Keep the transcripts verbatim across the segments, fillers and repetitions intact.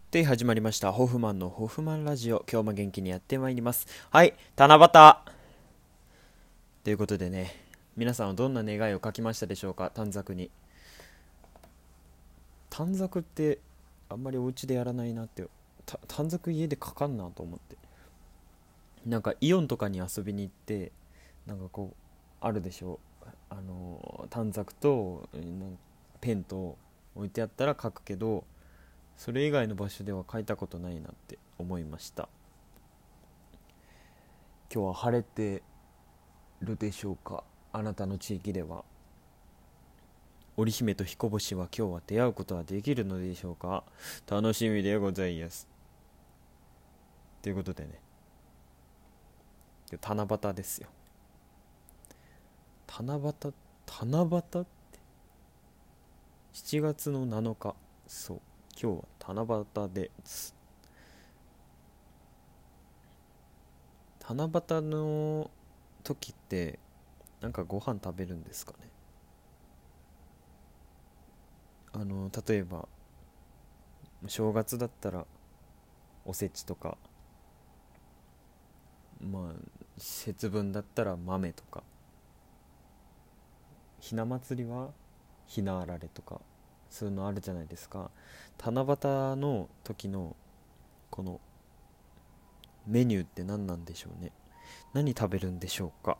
で始まりましたホフマンのホフマンラジオ。今日も元気にやってまいります。はい、七夕ということでね、皆さんはどんな願いを書きましたでしょうか。短冊に。短冊ってあんまりお家でやらないなって。た短冊家で書かんなと思って、なんかイオンとかに遊びに行って、なんかこうあるでしょう、あの短冊となんペンと置いてあったら書くけど、それ以外の場所では書いたことないなって思いました。今日は晴れてるでしょうか。あなたの地域では織姫と彦星は今日は出会うことはできるのでしょうか。楽しみでございます。ということでね、今日七夕ですよ。七夕七夕ってしちがつのなのか。そう、今日は七夕です。七夕の時ってなんかご飯食べるんですかね。あの例えば正月だったらおせちとか、まあ節分だったら豆とか、ひな祭りはひなあられとか、そういうのあるじゃないですか。七夕の時のこのメニューって何なんでしょうね。何食べるんでしょうか。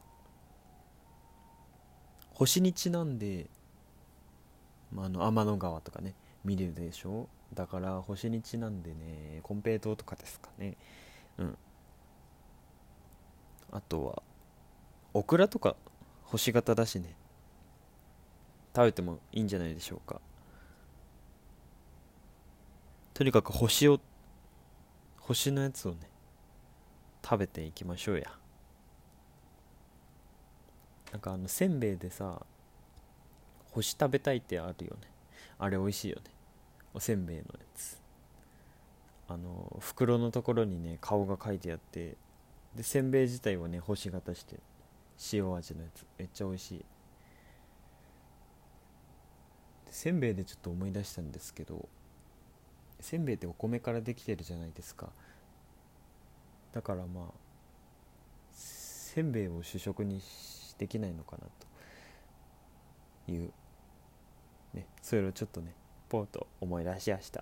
星にちなんで、まあ、あの天の川とかね見れるでしょ。だから星にちなんでね、金平糖とかですかね。うん。あとはオクラとか星型だしね、食べてもいいんじゃないでしょうか。とにかく星を星のやつをね食べていきましょうや。なんかあのせんべいでさ、星食べたいってあるよね。あれ美味しいよね、おせんべいのやつ。あの袋のところにね顔が書いてあって、でせんべい自体はね星型して、塩味のやつめっちゃ美味しい。せんべいでちょっと思い出したんですけど、せんべいってお米からできてるじゃないですか。だからまあせんべいを主食にできないのかなというね、それをちょっとねポーと思い出しやした。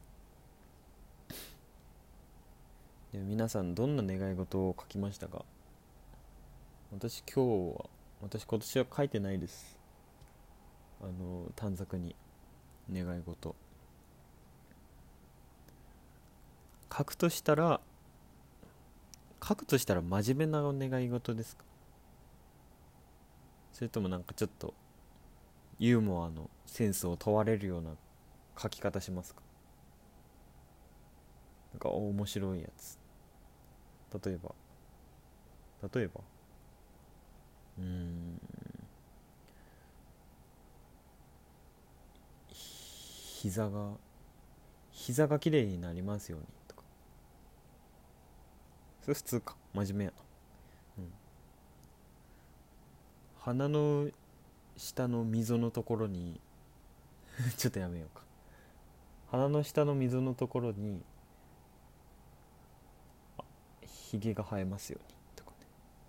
で皆さんどんな願い事を書きましたか。私今日は私今年は書いてないです。あの短冊に願い事書くとしたら、書くとしたら真面目なお願い事ですか、それともなんかちょっとユーモアのセンスを問われるような書き方しますか。なんか面白いやつ。例えば例えばうーん膝が膝が綺麗になりますようにとか。それ普通か、真面目やな。うん。鼻の下の溝のところにちょっとやめようか。鼻の下の溝のところにひげが生えますようにとかね。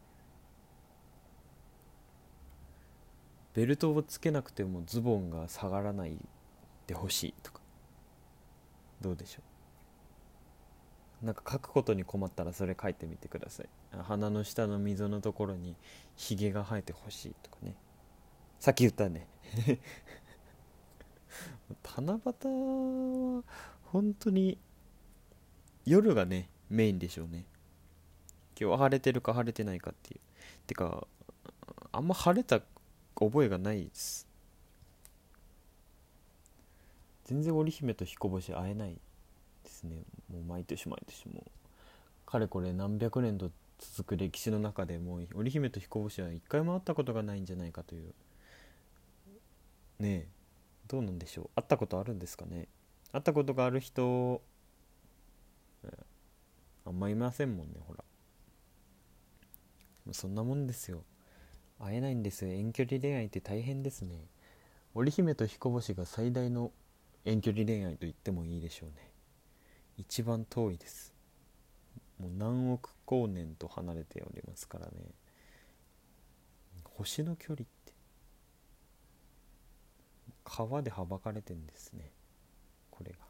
ベルトをつけなくてもズボンが下がらないでほしいとか。どうでしょう。なんか書くことに困ったらそれ書いてみてください。鼻の下の溝のところにひげが生えてほしいとかね。さっき言ったね。七夕は本当に夜がねメインでしょうね。今日は晴れてるか晴れてないかっていう。てかあんま晴れた覚えがないです。全然織姫と彦星会えないですね。もう毎年毎年もうかれこれ何百年と続く歴史の中でもう織姫と彦星は一回も会ったことがないんじゃないかという。ねえ、どうなんでしょう。会ったことあるんですかね。会ったことがある人あんまいませんもんね、ほら。そんなもんですよ。会えないんですよ。遠距離恋愛って大変ですね。織姫と彦星が最大の遠距離恋愛と言ってもいいでしょうね。 一番遠いです。もう何億光年と離れておりますからね。星の距離って川で省かれてんですね、これが。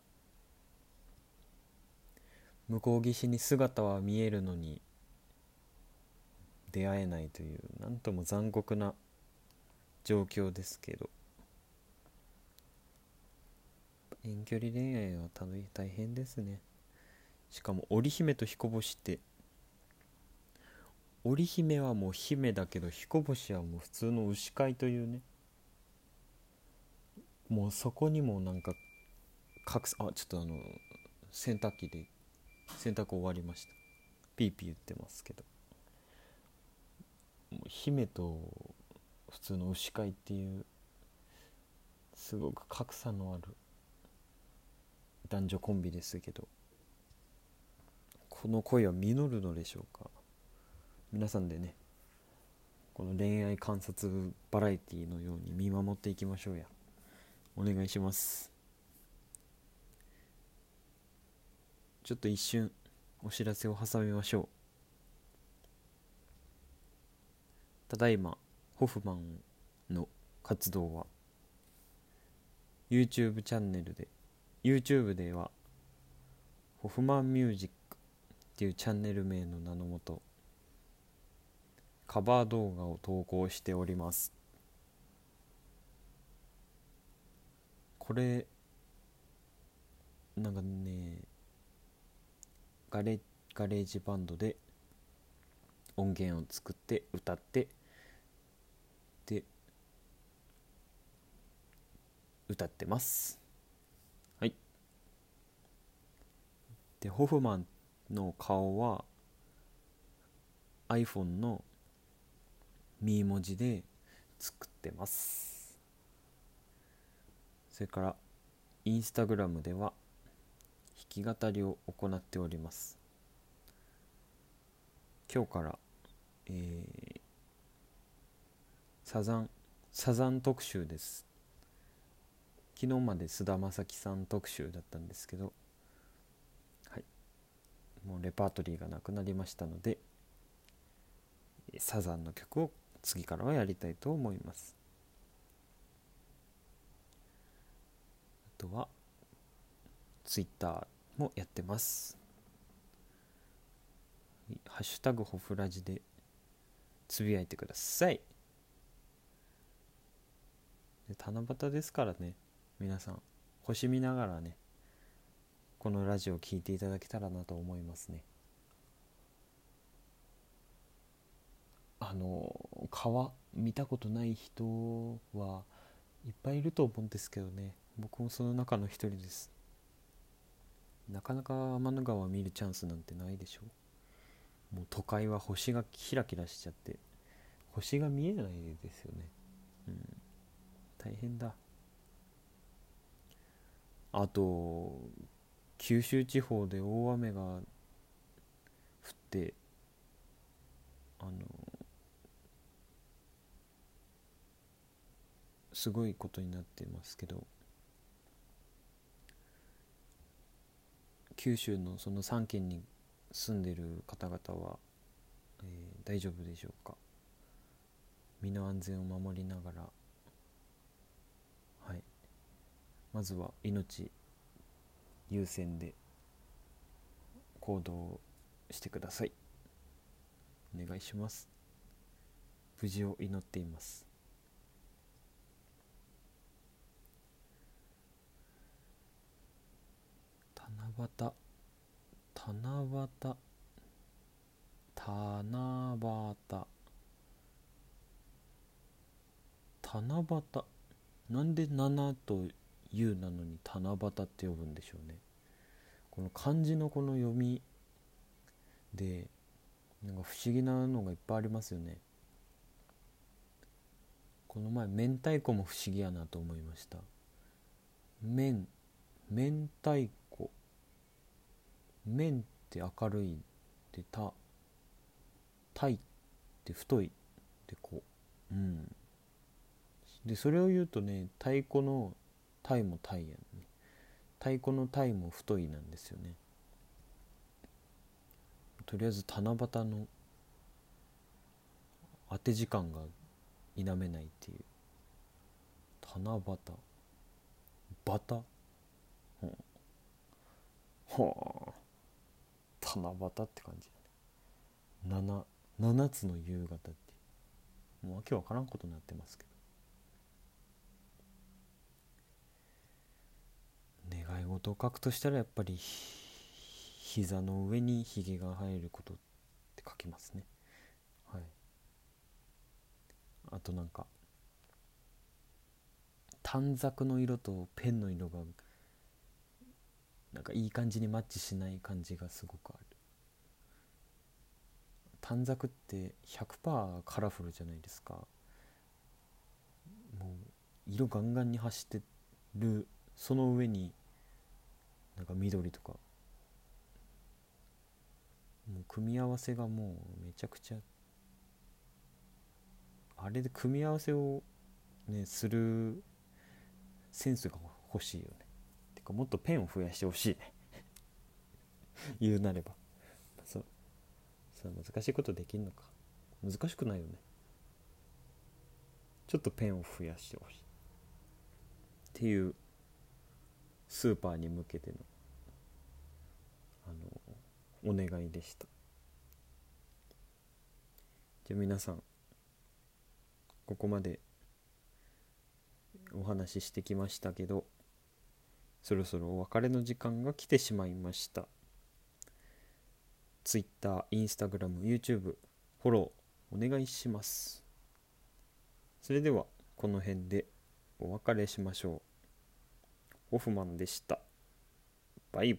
向こう岸に姿は見えるのに出会えないという、なんとも残酷な状況ですけど、遠距離恋愛は大変ですね。しかも織姫と彦星って、織姫はもう姫だけど彦星はもう普通の牛飼いというね、もうそこにもなんか格差、あ、ちょっとあの洗濯機で洗濯終わりました。ピーピー言ってますけど、もう姫と普通の牛飼いっていうすごく格差のある男女コンビですけど、この恋は実るのでしょうか。皆さんでね、この恋愛観察バラエティのように見守っていきましょうや。お願いします。ちょっと一瞬お知らせを挟みましょう。ただいまホフマンの活動は YouTube チャンネルで YouTube ではホフマンミュージックっていうチャンネル名の名のもとカバー動画を投稿しております。これなんかね、ガレガレージバンドで音源を作って歌ってで歌ってます。はい。でホフマンの顔は iPhone のミー文字で作ってます。それからインスタグラムでは弾き語りを行っております。今日から、えー、サザンサザン特集です。昨日まで菅田将暉さん特集だったんですけど、はい、もうレパートリーがなくなりましたので、サザンの曲を次からはやりたいと思います。あとはツイッターもやってます。ハッシュタグホフラジでつぶやいてください。で七夕ですからね、皆さん星見ながらねこのラジオを聞いていただけたらなと思いますね。あの川見たことない人はいっぱいいると思うんですけどね、僕もその中の一人です。なかなか天の川見るチャンスなんてないでしょ。もう都会は星がキラキラしちゃって星が見えないですよね。うん、大変だ。あと九州地方で大雨が降ってあのすごいことになってますけど、九州のそのさん県に住んでる方々は、えー大丈夫でしょうか。身の安全を守りながら、はい、まずは命優先で行動してください。お願いします。無事を祈っています。七夕七夕七夕七夕、なんで七と夕なのに七夕って呼ぶんでしょうね。この漢字のこの読みでなんか不思議なのがいっぱいありますよね。この前明太子も不思議やなと思いました。明明太子、明って明るいで、た太って太いでこう、うんでそれを言うとね、太鼓の太も太やんね、太鼓の太も太いなんですよね。 とりあえず七夕の当て時間が否めないっていう。七夕バタ、うん、はあ七夕って感じだね。七七つの夕方ってもうわけわからんことになってますけど、願い事を書くとしたらやっぱり膝の上にひげが生えることって書きますね。はい。あとなんか短冊の色とペンの色がなんかいい感じにマッチしない感じがすごくある。短冊ってひゃくパーセントカラフルじゃないですか。もう色ガンガンに走ってるその上になんか緑とか、もう組み合わせがもうめちゃくちゃ、あれで組み合わせをねするセンスが欲しいよね。てかもっとペンを増やしてほしいね言うなれば。そうそう難しいことできんのか。難しくないよね。ちょっとペンを増やしてほしいっていうスーパーに向けてのあのお願いでした。じゃあ皆さんここまでお話ししてきましたけど、そろそろお別れの時間が来てしまいました。 Twitter、Instagram、YouTube フォローお願いします。それではこの辺でお別れしましょう。ホフマンでした。バイバイ。